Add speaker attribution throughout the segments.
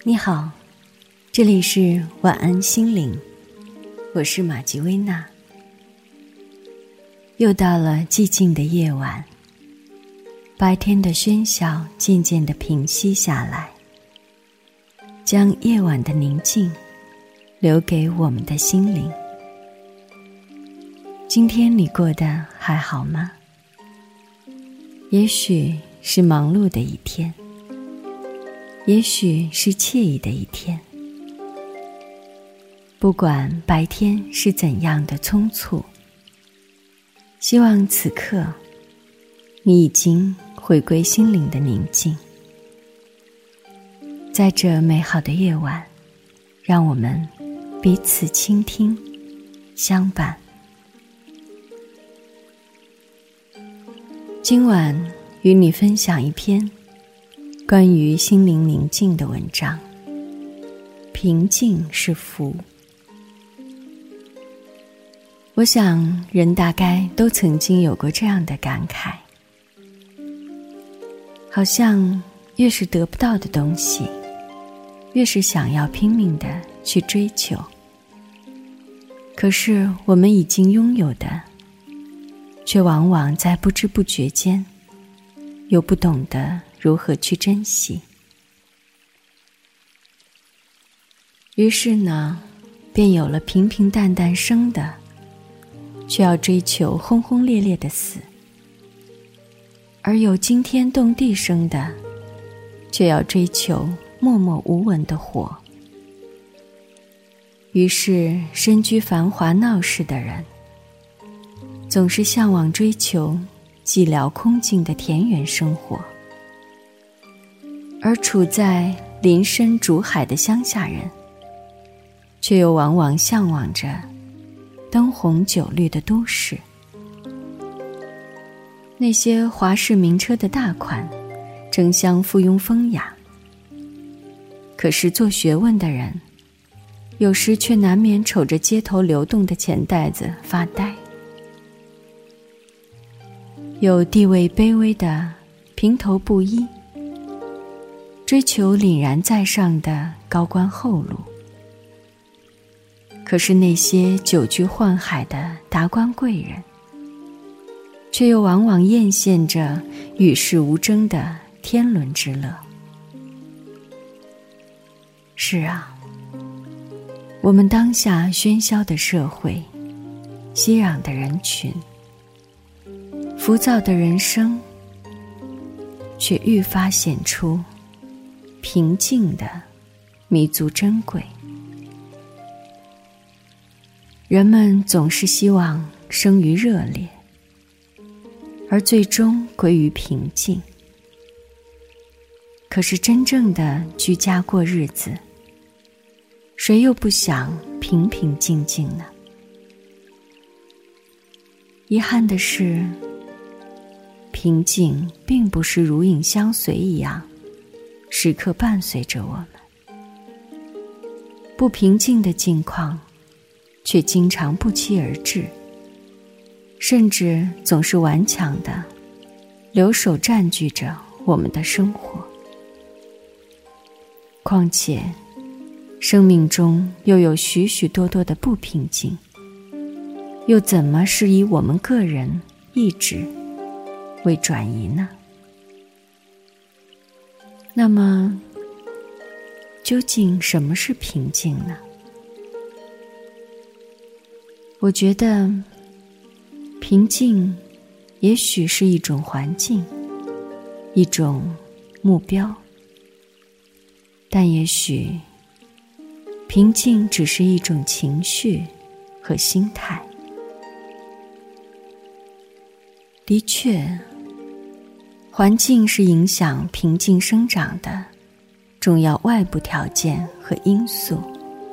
Speaker 1: 你好，这里是晚安心灵，我是玛吉薇娜。又到了寂静的夜晚，白天的喧嚣渐渐地平息下来，将夜晚的宁静留给我们的心灵。今天你过得还好吗？也许是忙碌的一天，也许是惬意的一天。不管白天是怎样的匆促，希望此刻你已经回归心灵的宁静。在这美好的夜晚，让我们彼此倾听，相伴。今晚与你分享一篇关于心灵宁静的文章。平静是福。我想人大概都曾经有过这样的感慨，好像越是得不到的东西，越是想要拼命地去追求，可是我们已经拥有的，却往往在不知不觉间又不懂得如何去珍惜。于是呢，便有了平平淡淡生的，却要追求轰轰烈烈的死，而有惊天动地生的，却要追求默默无闻的活。于是身居繁华闹市的人，总是向往追求寂寥空静的田园生活，而处在林深竹海的乡下人，却又往往向往着灯红酒绿的都市。那些华式名车的大款争相附庸风雅，可是做学问的人有时却难免瞅着街头流动的钱袋子发呆。有地位卑微的平头布衣，追求凛然在上的高官厚禄，可是那些久居宦海的达官贵人，却又往往艳羡着与世无争的天伦之乐。是啊，我们当下喧嚣的社会，熙攘的人群，浮躁的人生，却愈发显出平静的弥足珍贵。人们总是希望生于热烈，而最终归于平静。可是真正的居家过日子，谁又不想平平静静呢？遗憾的是，平静并不是如影相随一样，时刻伴随着我们。不平静的境况却经常不期而至，甚至总是顽强地留守占据着我们的生活。况且生命中又有许许多多的不平静，又怎么是以我们个人意志为转移呢？那么究竟什么是平静呢？我觉得平静也许是一种环境，一种目标，但也许平静只是一种情绪和心态。的确，环境是影响平静生长的重要外部条件和因素。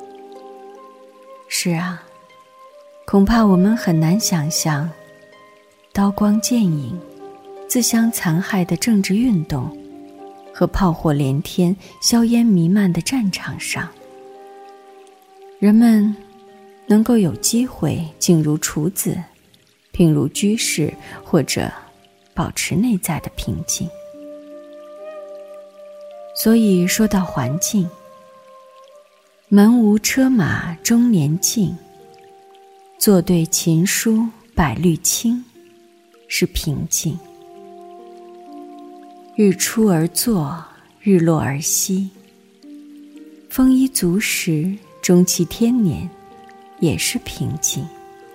Speaker 1: 是啊，恐怕我们很难想象刀光剑影、自相残害的政治运动和炮火连天、硝烟弥漫的战场上，人们能够有机会进入处子，并如居士，或者保持内在的平静。所以说到环境， 门无车马终年尽，坐对琴书百虑清，是平静。日出而作，日落而息，丰衣足食，终其天年，也是平静。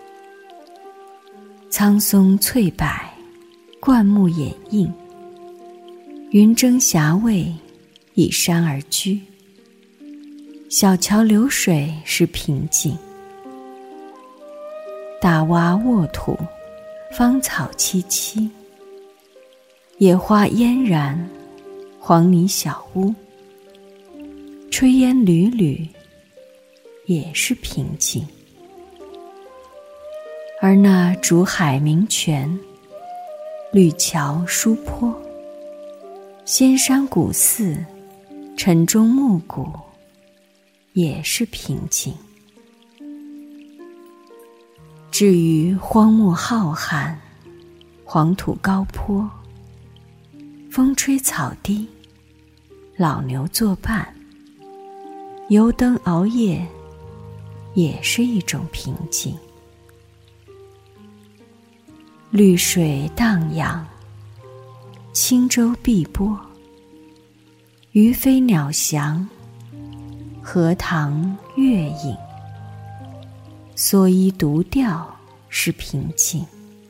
Speaker 1: 苍松翠柏，灌木掩映，云蒸霞蔚，倚山而居。小桥流水是平静，大洼沃土，芳草萋萋，野花嫣然，黄泥小屋，炊烟缕缕，也是平静。而那竹海鸣泉，绿桥疏坡，仙山古寺，晨钟暮鼓，也是平静。至于荒漠浩瀚，黄土高坡，风吹草低，老牛作伴，油灯熬夜，也是一种平静。绿水荡漾，轻舟碧波，鱼飞鸟翔，荷塘月影，蓑衣独钓是平静。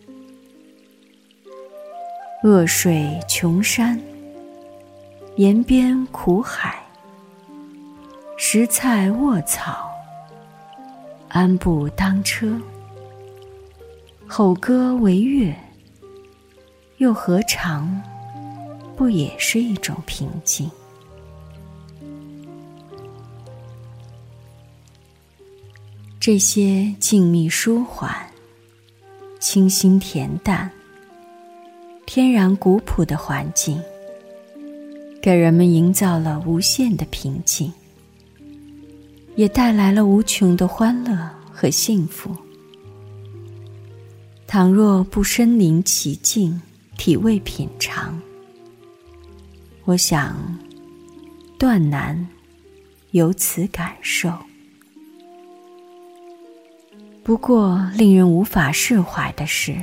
Speaker 1: 恶水穷山，沿边苦海，食菜卧草，安步当车，吼歌为乐，又何尝不也是一种平静？这些静谧舒缓、清新恬淡、天然古朴的环境，给人们营造了无限的平静，也带来了无穷的欢乐和幸福。倘若不身临其境，体味品尝，我想断难有此感受。不过令人无法释怀的是，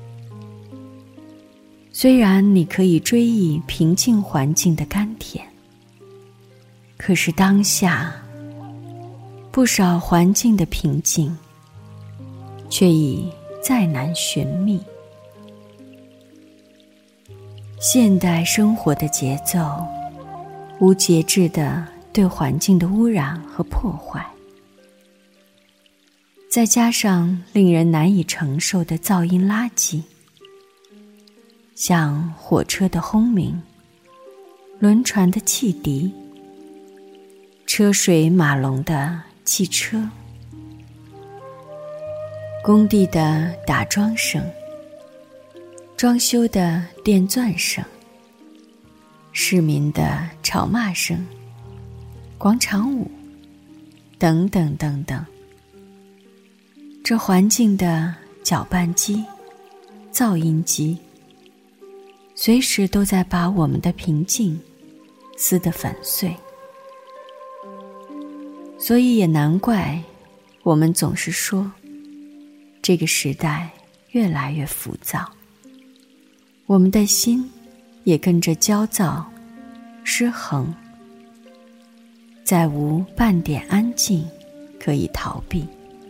Speaker 1: 虽然你可以追忆平静环境的甘甜，可是当下不少环境的平静却已再难寻觅。现代生活的节奏，无节制地对环境的污染和破坏，再加上令人难以承受的噪音垃圾，像火车的轰鸣、轮船的汽笛、车水马龙的汽车、工地的打桩声、装修的电钻声、市民的吵骂声、广场舞等等等等。这环境的搅拌机、噪音机，随时都在把我们的平静撕得粉碎。所以也难怪我们总是说，这个时代越来越浮躁，我们的心也跟着焦躁、失衡，再无半点安静可以逃避。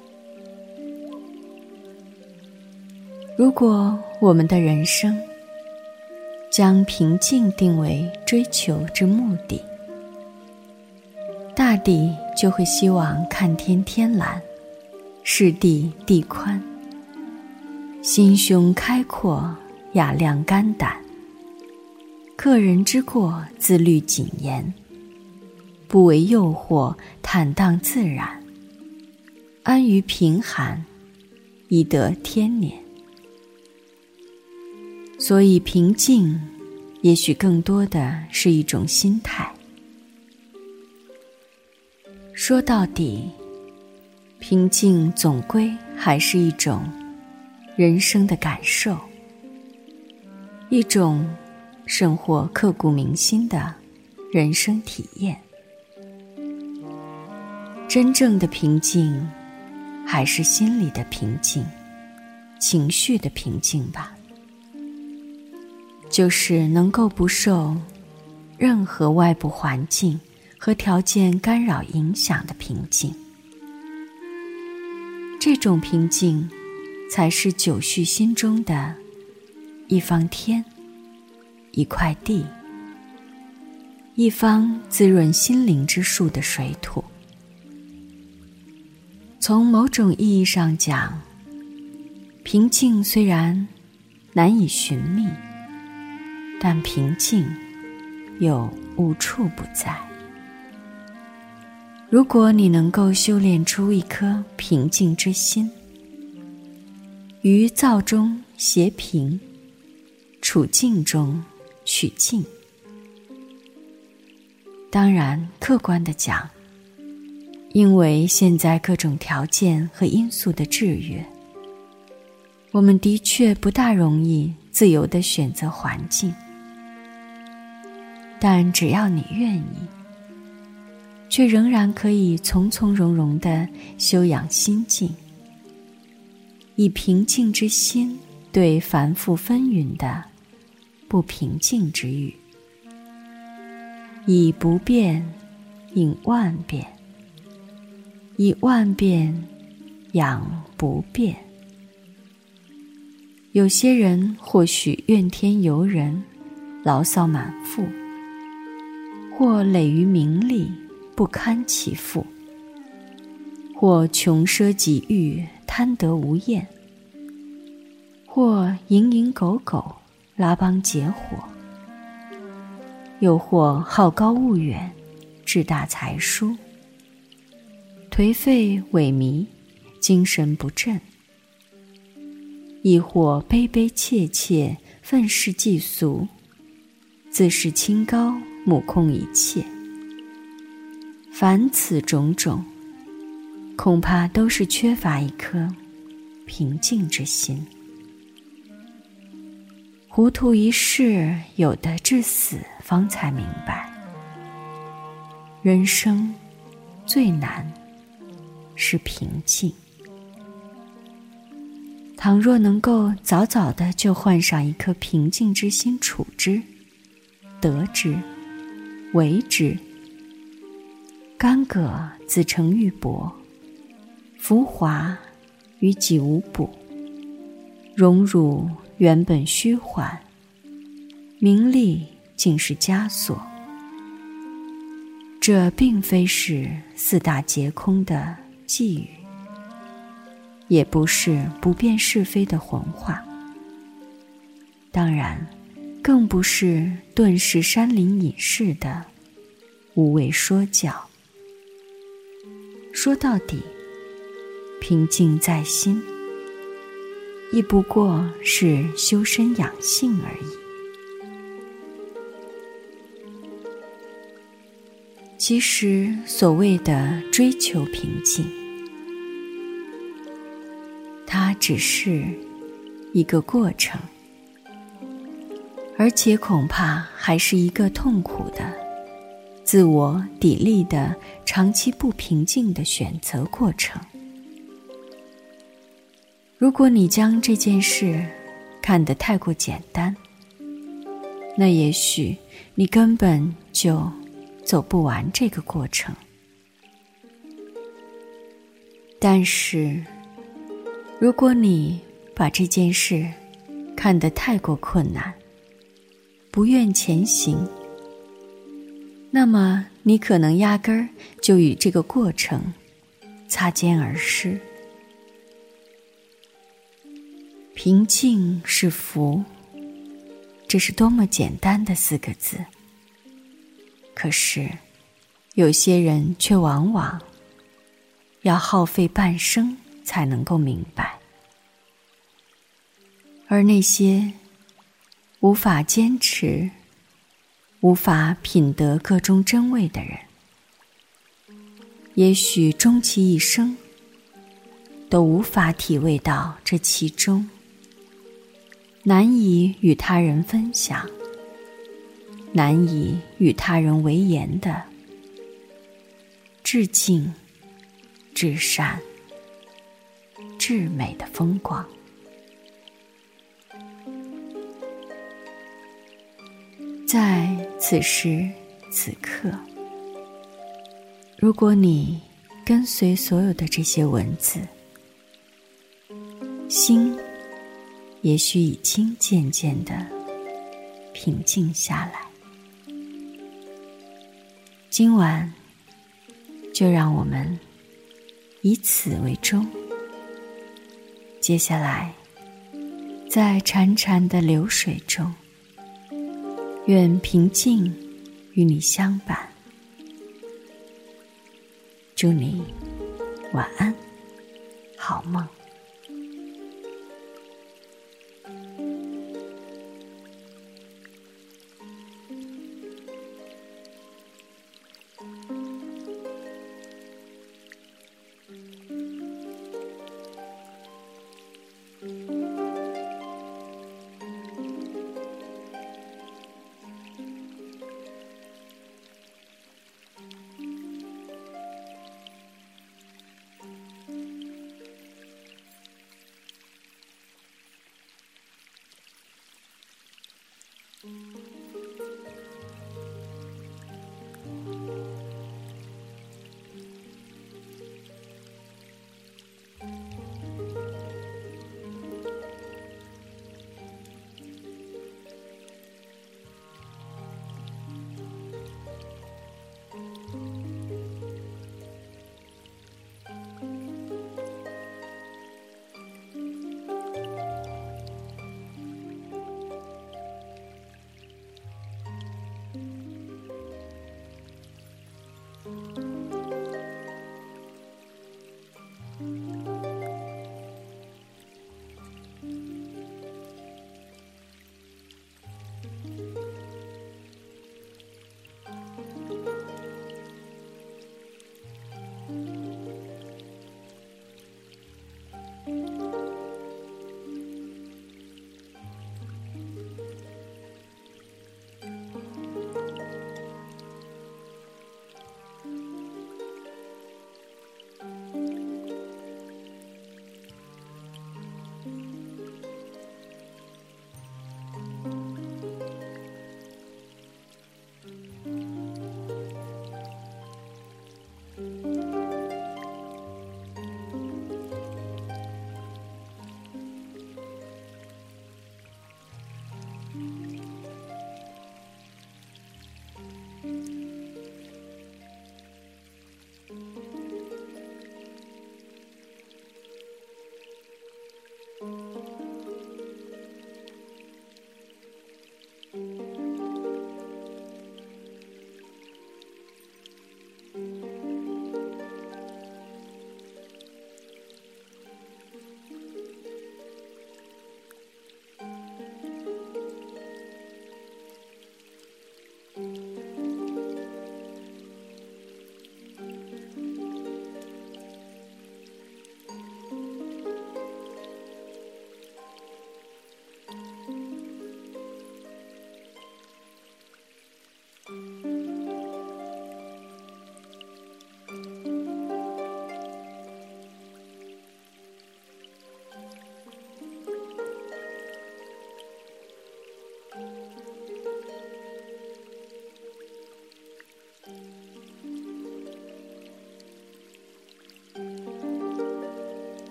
Speaker 1: 如果我们的人生将平静定为追求之目的，大地就会希望看天天蓝，视地地宽，心胸开阔，雅量肝胆，克人之过，自律谨严，不为诱惑，坦荡自然，安于贫寒，以得天年。所以平静也许更多的是一种心态。说到底，平静总归还是一种人生的感受，一种甚或刻骨铭心的人生体验。 真正的平静，还是心里的平静，情绪的平静吧。就是能够不受任何外部环境和条件干扰影响的平静。这种平静才是久蓄心中的一方天，一块地，一方滋润心灵之树的水土。从某种意义上讲，平静虽然难以寻觅，但平静又无处不在。如果你能够修炼出一颗平静之心，于躁中谐平，处境中取静。当然，客观地讲，因为现在各种条件和因素的制约，我们的确不大容易自由地选择环境。但只要你愿意，却仍然可以从从容容地修养心境，以平静之心对繁复纷纭的不平静之欲，以不变应万变，以万变养不变。有些人或许怨天尤人，牢骚满腹，或累于名利，不堪其负，或穷奢极欲，贪得无厌，或蝇营狗苟，拉帮结伙，又或好高骛远，志大才疏，颓废萎靡，精神不振，亦或悲悲切切，愤世嫉俗，自视清高，目空一切。凡此种种，恐怕都是缺乏一颗平静之心。糊涂一世，有的至死方才明白，人生最难是平静。倘若能够早早的就换上一颗平静之心处之、得之、为之，干戈自成玉帛，浮华于己无补，荣辱原本虚幻，名利竟是枷锁。这并非是四大皆空的寄语，也不是不辨是非的混话，当然更不是顿时山林隐士的无谓说教。说到底，平静在心，亦不过是修身养性而已。其实所谓的追求平静，它只是一个过程，而且恐怕还是一个痛苦的、自我砥砺的、长期不平静的选择过程。如果你将这件事看得太过简单，那也许你根本就走不完这个过程。但是，如果你把这件事看得太过困难，不愿前行，那么你可能压根儿就与这个过程擦肩而逝。平静是福，这是多么简单的4个字，可是有些人却往往要耗费半生才能够明白。而那些无法坚持、无法品得个中真味的人，也许终其一生都无法体味到这其中，难以与他人分享，难以与他人为言的至静至善、至美的风光。在此时此刻，如果你跟随所有的这些文字，心也许已经渐渐地平静下来。今晚就让我们以此为终，接下来在潺潺的流水中，愿平静与你相伴。祝你晚安，好梦。